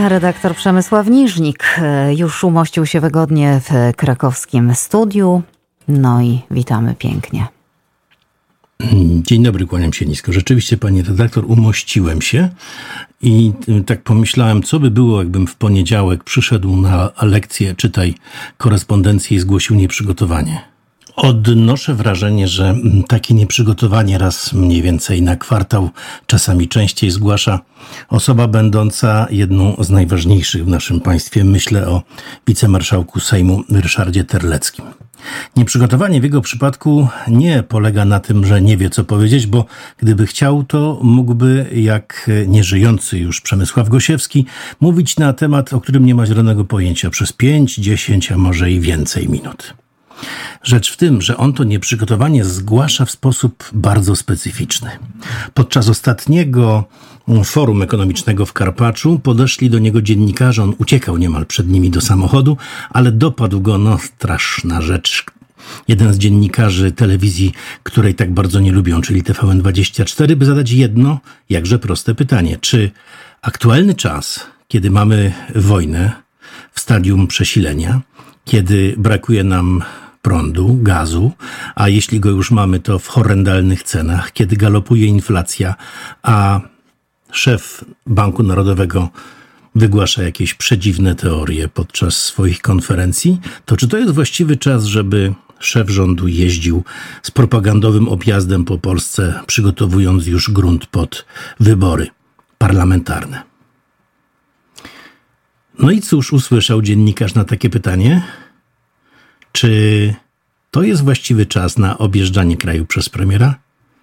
Redaktor Przemysław Niżnik już umościł się wygodnie w krakowskim studiu. No i witamy pięknie. Dzień dobry, kłaniam się nisko. Rzeczywiście, pani redaktor, umościłem się i tak pomyślałem, co by było, jakbym w poniedziałek przyszedł na lekcję, czytaj korespondencję i zgłosił nieprzygotowanie. Odnoszę wrażenie, że takie nieprzygotowanie raz mniej więcej na kwartał, czasami częściej zgłasza osoba będąca jedną z najważniejszych w naszym państwie. Myślę o wicemarszałku Sejmu Ryszardzie Terleckim. Nieprzygotowanie w jego przypadku nie polega na tym, że nie wie, co powiedzieć, bo gdyby chciał, to mógłby, jak nieżyjący już Przemysław Gosiewski, mówić na temat, o którym nie ma zielonego pojęcia przez 5, 10, a może i więcej minut. Rzecz w tym, że on to nieprzygotowanie zgłasza w sposób bardzo specyficzny. Podczas ostatniego forum ekonomicznego w Karpaczu podeszli do niego dziennikarze, on uciekał niemal przed nimi do samochodu, ale dopadł go, straszna rzecz. Jeden z dziennikarzy telewizji, której tak bardzo nie lubią, czyli TVN24, by zadać jedno, jakże proste pytanie. Czy aktualny czas, kiedy mamy wojnę w stadium przesilenia, kiedy brakuje nam prądu, gazu, a jeśli go już mamy, to w horrendalnych cenach, kiedy galopuje inflacja, a szef Banku Narodowego wygłasza jakieś przedziwne teorie podczas swoich konferencji, to czy to jest właściwy czas, żeby szef rządu jeździł z propagandowym objazdem po Polsce, przygotowując już grunt pod wybory parlamentarne? No i cóż usłyszał dziennikarz na takie pytanie? Czy to jest właściwy czas na objeżdżanie kraju przez premiera?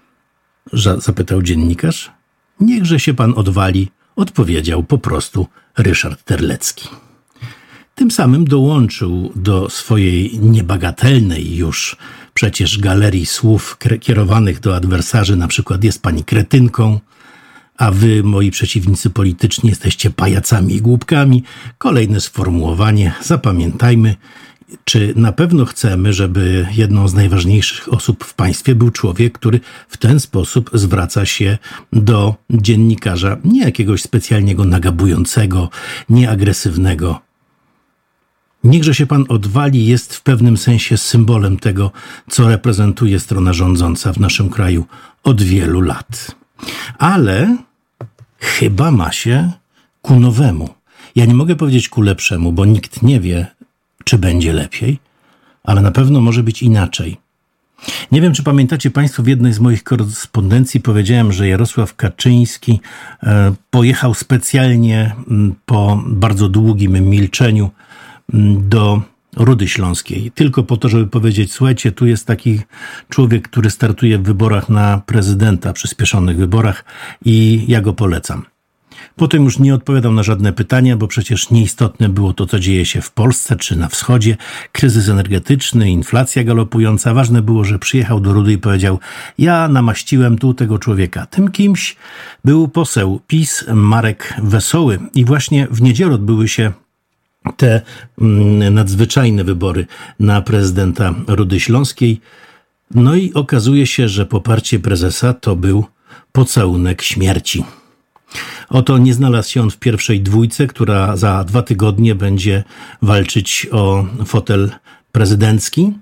Zapytał dziennikarz. Niechże się pan odwali, odpowiedział po prostu Ryszard Terlecki. Tym samym dołączył do swojej niebagatelnej już przecież galerii słów kierowanych do adwersarzy, na przykład jest pani kretynką, a wy, moi przeciwnicy polityczni, jesteście pajacami i głupkami. Kolejne sformułowanie, zapamiętajmy, czy na pewno chcemy, żeby jedną z najważniejszych osób w państwie był człowiek, który w ten sposób zwraca się do dziennikarza, nie jakiegoś specjalnie go nagabującego, nie agresywnego. Niechże się pan odwali jest w pewnym sensie symbolem tego, co reprezentuje strona rządząca w naszym kraju od wielu lat. Ale chyba ma się ku nowemu. Ja nie mogę powiedzieć ku lepszemu, bo nikt nie wie, czy będzie lepiej, ale na pewno może być inaczej. Nie wiem, czy pamiętacie państwo, w jednej z moich korespondencji powiedziałem, że Jarosław Kaczyński pojechał specjalnie po bardzo długim milczeniu do Rudy Śląskiej, tylko po to, żeby powiedzieć, słuchajcie, tu jest taki człowiek, który startuje w wyborach na prezydenta, przyspieszonych wyborach i ja go polecam. Potem już nie odpowiadał na żadne pytania, bo przecież nieistotne było to, co dzieje się w Polsce czy na wschodzie. Kryzys energetyczny, inflacja galopująca. Ważne było, że przyjechał do Rudy i powiedział, ja namaściłem tu tego człowieka. Tym kimś był poseł PiS Marek Wesoły i właśnie w niedzielę odbyły się te nadzwyczajne wybory na prezydenta Rudy Śląskiej. No i okazuje się, że poparcie prezesa to był pocałunek śmierci. Oto nie znalazł się on w pierwszej dwójce, która za 2 tygodnie będzie walczyć o fotel prezydencki.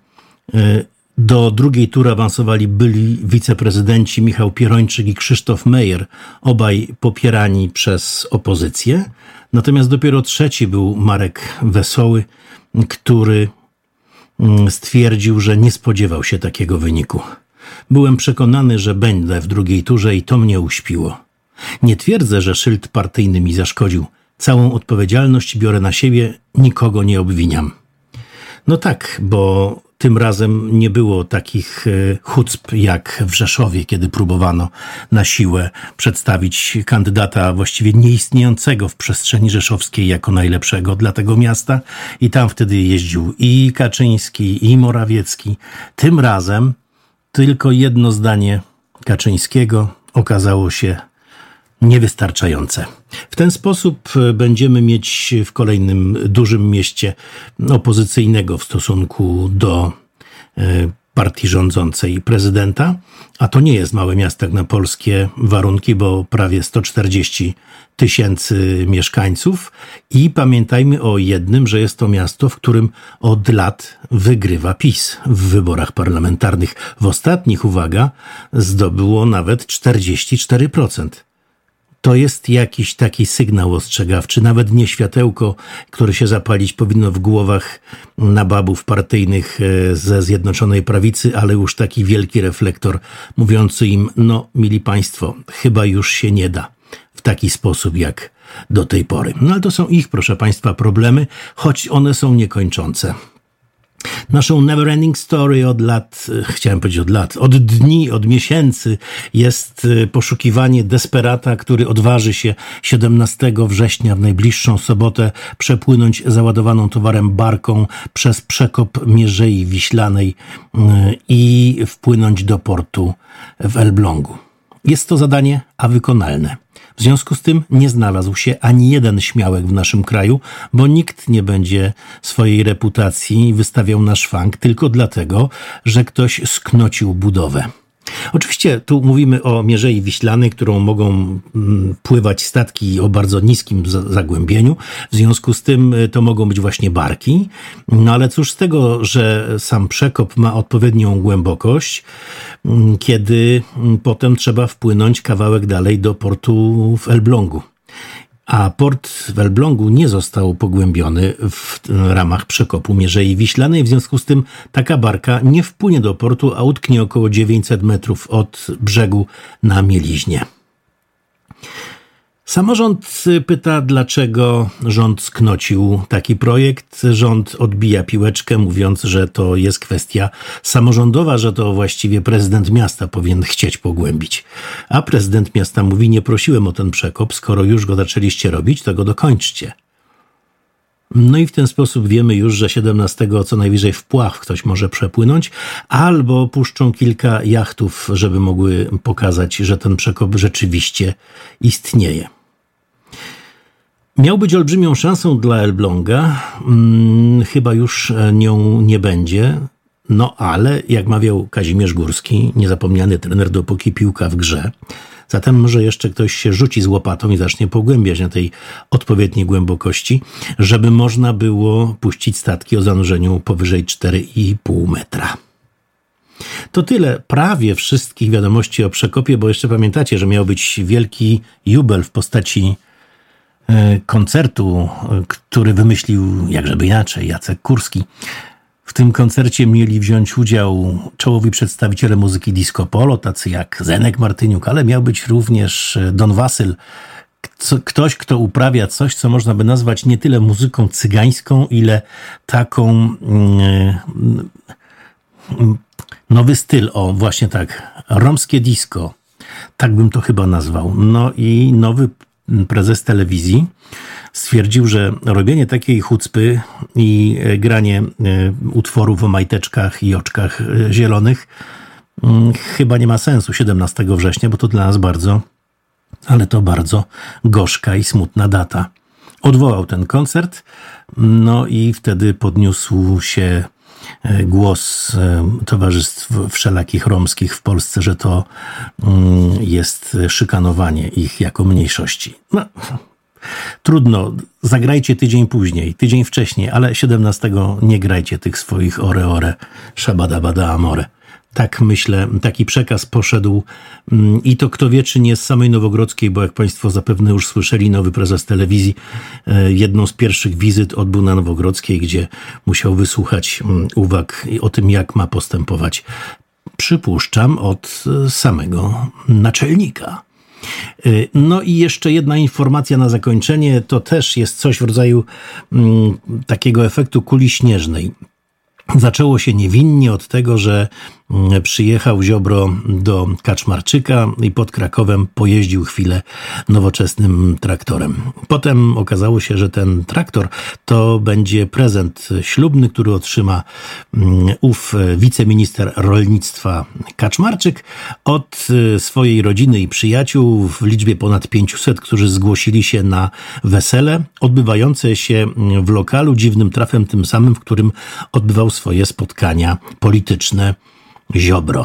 Do drugiej tury awansowali byli wiceprezydenci Michał Pierończyk i Krzysztof Mejer, obaj popierani przez opozycję. Natomiast dopiero trzeci był Marek Wesoły, który stwierdził, że nie spodziewał się takiego wyniku. Byłem przekonany, że będę w drugiej turze i to mnie uśpiło. Nie twierdzę, że szyld partyjny mi zaszkodził. Całą odpowiedzialność biorę na siebie, nikogo nie obwiniam. No tak, bo tym razem nie było takich chucp jak w Rzeszowie, kiedy próbowano na siłę przedstawić kandydata właściwie nieistniejącego w przestrzeni rzeszowskiej jako najlepszego dla tego miasta. I tam wtedy jeździł i Kaczyński, i Morawiecki. Tym razem tylko jedno zdanie Kaczyńskiego okazało się niewystarczające. W ten sposób będziemy mieć w kolejnym dużym mieście opozycyjnego w stosunku do partii rządzącej prezydenta, a to nie jest małe miasto jak na polskie warunki, bo prawie 140 tysięcy mieszkańców i pamiętajmy o jednym, że jest to miasto, w którym od lat wygrywa PiS w wyborach parlamentarnych. W ostatnich, uwaga, zdobyło nawet 44%. To jest jakiś taki sygnał ostrzegawczy, nawet nie światełko, które się zapalić powinno w głowach nababów partyjnych ze Zjednoczonej Prawicy, ale już taki wielki reflektor mówiący im, no mili państwo, chyba już się nie da w taki sposób jak do tej pory. No ale to są ich, proszę państwa, problemy, choć one są niekończące. Naszą never-ending story od lat, od dni, od miesięcy jest poszukiwanie desperata, który odważy się 17 września w najbliższą sobotę przepłynąć załadowaną towarem barką przez przekop Mierzei Wiślanej i wpłynąć do portu w Elblągu. Jest to zadanie wykonalne. W związku z tym nie znalazł się ani jeden śmiałek w naszym kraju, bo nikt nie będzie swojej reputacji wystawiał na szwank tylko dlatego, że ktoś sknocił budowę. Oczywiście tu mówimy o Mierzei Wiślanej, którą mogą pływać statki o bardzo niskim zagłębieniu. W związku z tym to mogą być właśnie barki. No ale cóż z tego, że sam przekop ma odpowiednią głębokość, kiedy potem trzeba wpłynąć kawałek dalej do portu w Elblągu. A port w Elblągu nie został pogłębiony w ramach przekopu Mierzei Wiślanej, w związku z tym taka barka nie wpłynie do portu, a utknie około 900 metrów od brzegu na mieliźnie. Samorząd pyta, dlaczego rząd sknocił taki projekt. Rząd odbija piłeczkę, mówiąc, że to jest kwestia samorządowa, że to właściwie prezydent miasta powinien chcieć pogłębić. A prezydent miasta mówi, nie prosiłem o ten przekop, skoro już go zaczęliście robić, to go dokończcie. No i w ten sposób wiemy już, że 17 co najwyżej w Pław ktoś może przepłynąć, albo puszczą kilka jachtów, żeby mogły pokazać, że ten przekop rzeczywiście istnieje. Miał być olbrzymią szansą dla Elbląga, chyba już nią nie będzie, no ale jak mawiał Kazimierz Górski, niezapomniany trener dopóki piłka w grze, zatem może jeszcze ktoś się rzuci z łopatą i zacznie pogłębiać na tej odpowiedniej głębokości, żeby można było puścić statki o zanurzeniu powyżej 4,5 metra. To tyle prawie wszystkich wiadomości o przekopie, bo jeszcze pamiętacie, że miał być wielki jubel w postaci koncertu, który wymyślił, jakżeby inaczej, Jacek Kurski. W tym koncercie mieli wziąć udział czołowi przedstawiciele muzyki disco polo, tacy jak Zenek Martyniuk, ale miał być również Don Wasyl, ktoś, kto uprawia coś, co można by nazwać nie tyle muzyką cygańską, ile taką nowy styl, właśnie tak, romskie disco, tak bym to chyba nazwał. No i nowy prezes telewizji stwierdził, że robienie takiej chucpy i granie utworów o majteczkach i oczkach zielonych chyba nie ma sensu 17 września, bo to dla nas bardzo, ale to bardzo gorzka i smutna data. Odwołał ten koncert, no i wtedy podniósł się głos towarzystw wszelakich romskich w Polsce, że to jest szykanowanie ich jako mniejszości. No, trudno, zagrajcie tydzień później, tydzień wcześniej, ale 17 nie grajcie tych swoich ore, szabadabada amore. Tak myślę, taki przekaz poszedł i to kto wie, czy nie z samej Nowogrodzkiej, bo jak Państwo zapewne już słyszeli, nowy prezes telewizji jedną z pierwszych wizyt odbył na Nowogrodzkiej, gdzie musiał wysłuchać uwag o tym, jak ma postępować, przypuszczam, od samego naczelnika. No i jeszcze jedna informacja na zakończenie, to też jest coś w rodzaju takiego efektu kuli śnieżnej. Zaczęło się niewinnie od tego, że przyjechał Ziobro do Kaczmarczyka i pod Krakowem pojeździł chwilę nowoczesnym traktorem. Potem okazało się, że ten traktor to będzie prezent ślubny, który otrzyma ów wiceminister rolnictwa Kaczmarczyk od swojej rodziny i przyjaciół w liczbie ponad 500, którzy zgłosili się na wesele odbywające się w lokalu, dziwnym trafem tym samym, w którym odbywał swoje spotkania polityczne Ziobro.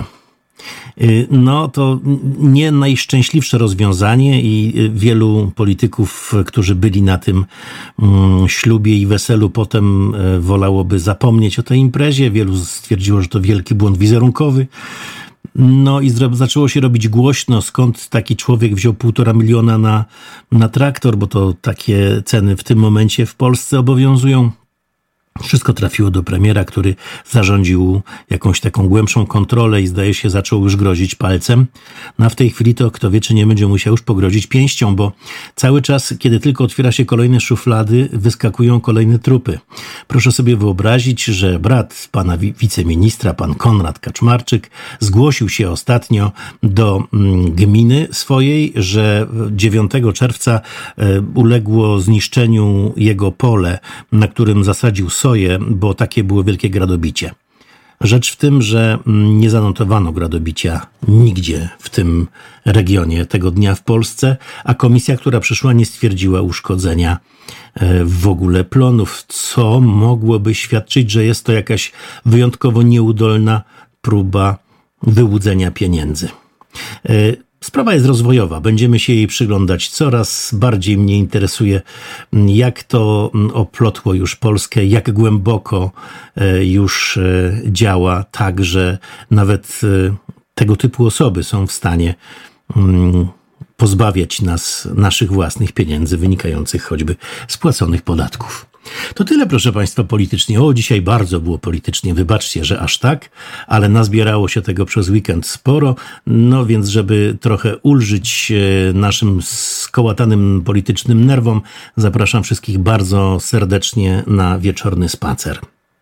No to nie najszczęśliwsze rozwiązanie i wielu polityków, którzy byli na tym ślubie i weselu, potem wolałoby zapomnieć o tej imprezie. Wielu stwierdziło, że to wielki błąd wizerunkowy. No i zaczęło się robić głośno, skąd taki człowiek wziął 1,5 miliona na traktor, bo to takie ceny w tym momencie w Polsce obowiązują. Wszystko trafiło do premiera, który zarządził jakąś taką głębszą kontrolę i zdaje się zaczął już grozić palcem. No a w tej chwili to kto wie, czy nie będzie musiał już pogrozić pięścią, bo cały czas, kiedy tylko otwiera się kolejne szuflady, wyskakują kolejne trupy. Proszę sobie wyobrazić, że brat pana wiceministra, pan Konrad Kaczmarczyk, zgłosił się ostatnio do gminy swojej, że 9 czerwca uległo zniszczeniu jego pole, na którym zasadził soję, bo takie było wielkie gradobicie. Rzecz w tym, że nie zanotowano gradobicia nigdzie w tym regionie tego dnia w Polsce, a komisja, która przyszła, nie stwierdziła uszkodzenia w ogóle plonów, co mogłoby świadczyć, że jest to jakaś wyjątkowo nieudolna próba wyłudzenia pieniędzy. Sprawa jest rozwojowa, będziemy się jej przyglądać. Coraz bardziej mnie interesuje, jak to oplotło już Polskę, jak głęboko już działa, tak, że nawet tego typu osoby są w stanie pozbawiać nas naszych własnych pieniędzy wynikających choćby z płaconych podatków. To tyle, proszę Państwa, politycznie. Dzisiaj bardzo było politycznie, wybaczcie, że aż tak, ale nazbierało się tego przez weekend sporo, no więc żeby trochę ulżyć naszym skołatanym politycznym nerwom, zapraszam wszystkich bardzo serdecznie na wieczorny spacer.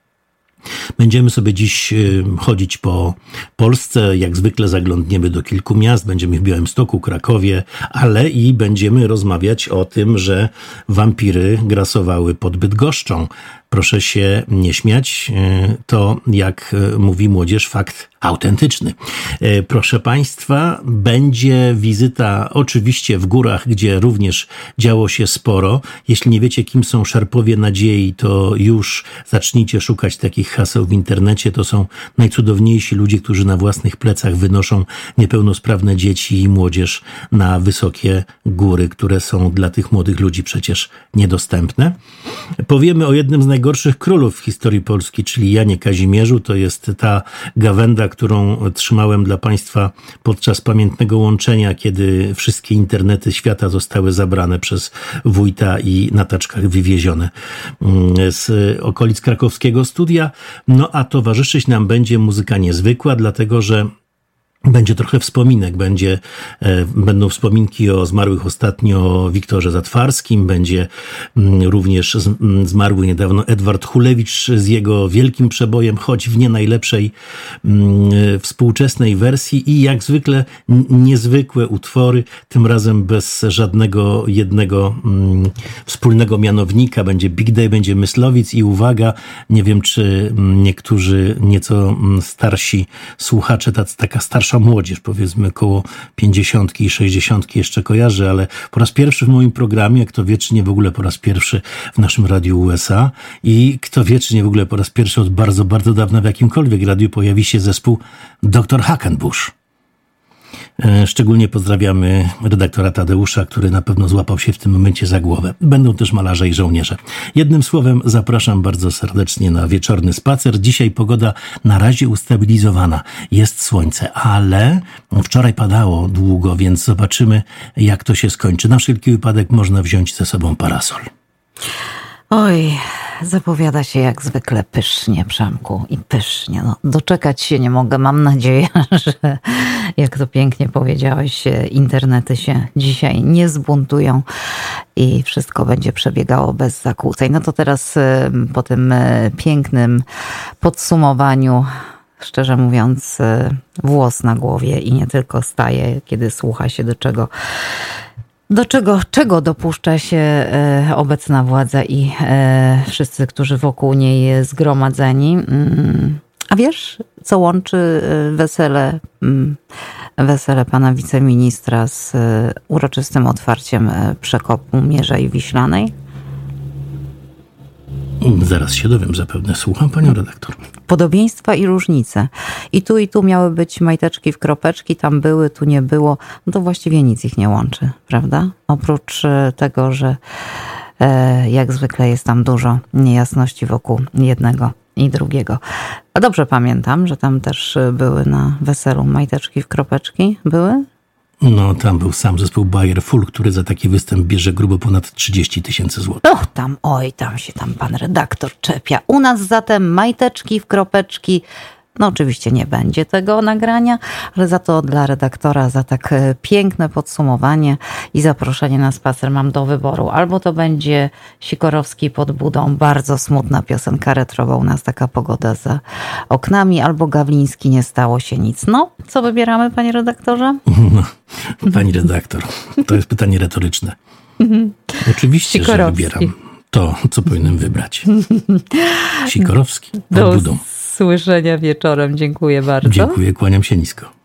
Będziemy sobie dziś chodzić po Polsce, jak zwykle zaglądniemy do kilku miast, będziemy w Białymstoku, Krakowie, ale i będziemy rozmawiać o tym, że wampiry grasowały pod Bydgoszczą. Proszę się nie śmiać, to jak mówi młodzież, fakt autentyczny. Proszę Państwa, będzie wizyta oczywiście w górach, gdzie również działo się sporo. Jeśli nie wiecie, kim są Szerpowie Nadziei, to już zacznijcie szukać takich haseł w internecie. To są najcudowniejsi ludzie, którzy na własnych plecach wynoszą niepełnosprawne dzieci i młodzież na wysokie góry, które są dla tych młodych ludzi przecież niedostępne. Powiemy o jednym z najgorszych królów w historii Polski, czyli Janie Kazimierzu. To jest ta gawęda, którą trzymałem dla Państwa podczas pamiętnego łączenia, kiedy wszystkie internety świata zostały zabrane przez wójta i na taczkach wywiezione z okolic krakowskiego studia. No a towarzyszyć nam będzie muzyka niezwykła, dlatego że będzie trochę wspominek, będą wspominki o zmarłych ostatnio Wiktorze Zatwarskim, będzie również zmarły niedawno Edward Hulewicz z jego wielkim przebojem, choć w nie najlepszej współczesnej wersji i jak zwykle niezwykłe utwory, tym razem bez żadnego jednego wspólnego mianownika. Będzie Big Day, będzie Myslowic i uwaga, nie wiem czy niektórzy nieco starsi słuchacze, taka starsza młodzież, powiedzmy koło 50 i 60 jeszcze kojarzy, ale po raz pierwszy w moim programie, kto wie czy nie w ogóle po raz pierwszy w naszym Radiu USA i kto wie czy nie w ogóle po raz pierwszy od bardzo, bardzo dawna w jakimkolwiek radiu pojawi się zespół Dr. Hackenbush. Szczególnie pozdrawiamy redaktora Tadeusza, który na pewno złapał się w tym momencie za głowę. Będą też malarze i żołnierze. Jednym słowem zapraszam bardzo serdecznie na wieczorny spacer. Dzisiaj pogoda na razie ustabilizowana. Jest słońce, ale wczoraj padało długo, więc zobaczymy, jak to się skończy. Na wszelki wypadek można wziąć ze sobą parasol. Oj, zapowiada się jak zwykle pysznie, Przemku, i pysznie. No, doczekać się nie mogę. Mam nadzieję, że jak to pięknie powiedziałeś, internety się dzisiaj nie zbuntują i wszystko będzie przebiegało bez zakłóceń. No to teraz po tym pięknym podsumowaniu, szczerze mówiąc, włos na głowie i nie tylko staje, kiedy słucha się czego dopuszcza się obecna władza i wszyscy, którzy wokół niej zgromadzeni. A wiesz, co łączy wesele pana wiceministra z uroczystym otwarciem przekopu Mierzei Wiślanej? Zaraz się dowiem zapewne. Słucham panią redaktor. Podobieństwa i różnice. I tu miały być majteczki w kropeczki, tam były, tu nie było. No to właściwie nic ich nie łączy, prawda? Oprócz tego, że jak zwykle jest tam dużo niejasności wokół jednego i drugiego. A dobrze pamiętam, że tam też były na weselu majteczki w kropeczki. Były? No, tam był sam zespół Bayer Full, który za taki występ bierze grubo ponad 30 000 złotych. Tam się pan redaktor czepia. U nas zatem majteczki w kropeczki. No oczywiście nie będzie tego nagrania, ale za to dla redaktora za tak piękne podsumowanie i zaproszenie na spacer mam do wyboru. Albo to będzie Sikorowski pod budą, bardzo smutna piosenka retrowa, u nas taka pogoda za oknami, albo Gawliński, nie stało się nic. No, co wybieramy, panie redaktorze? No, pani redaktor, to jest pytanie retoryczne. Oczywiście, że wybieram to, co powinienem wybrać. Sikorowski pod budą. Do usłyszenia wieczorem. Dziękuję bardzo. Dziękuję, kłaniam się nisko.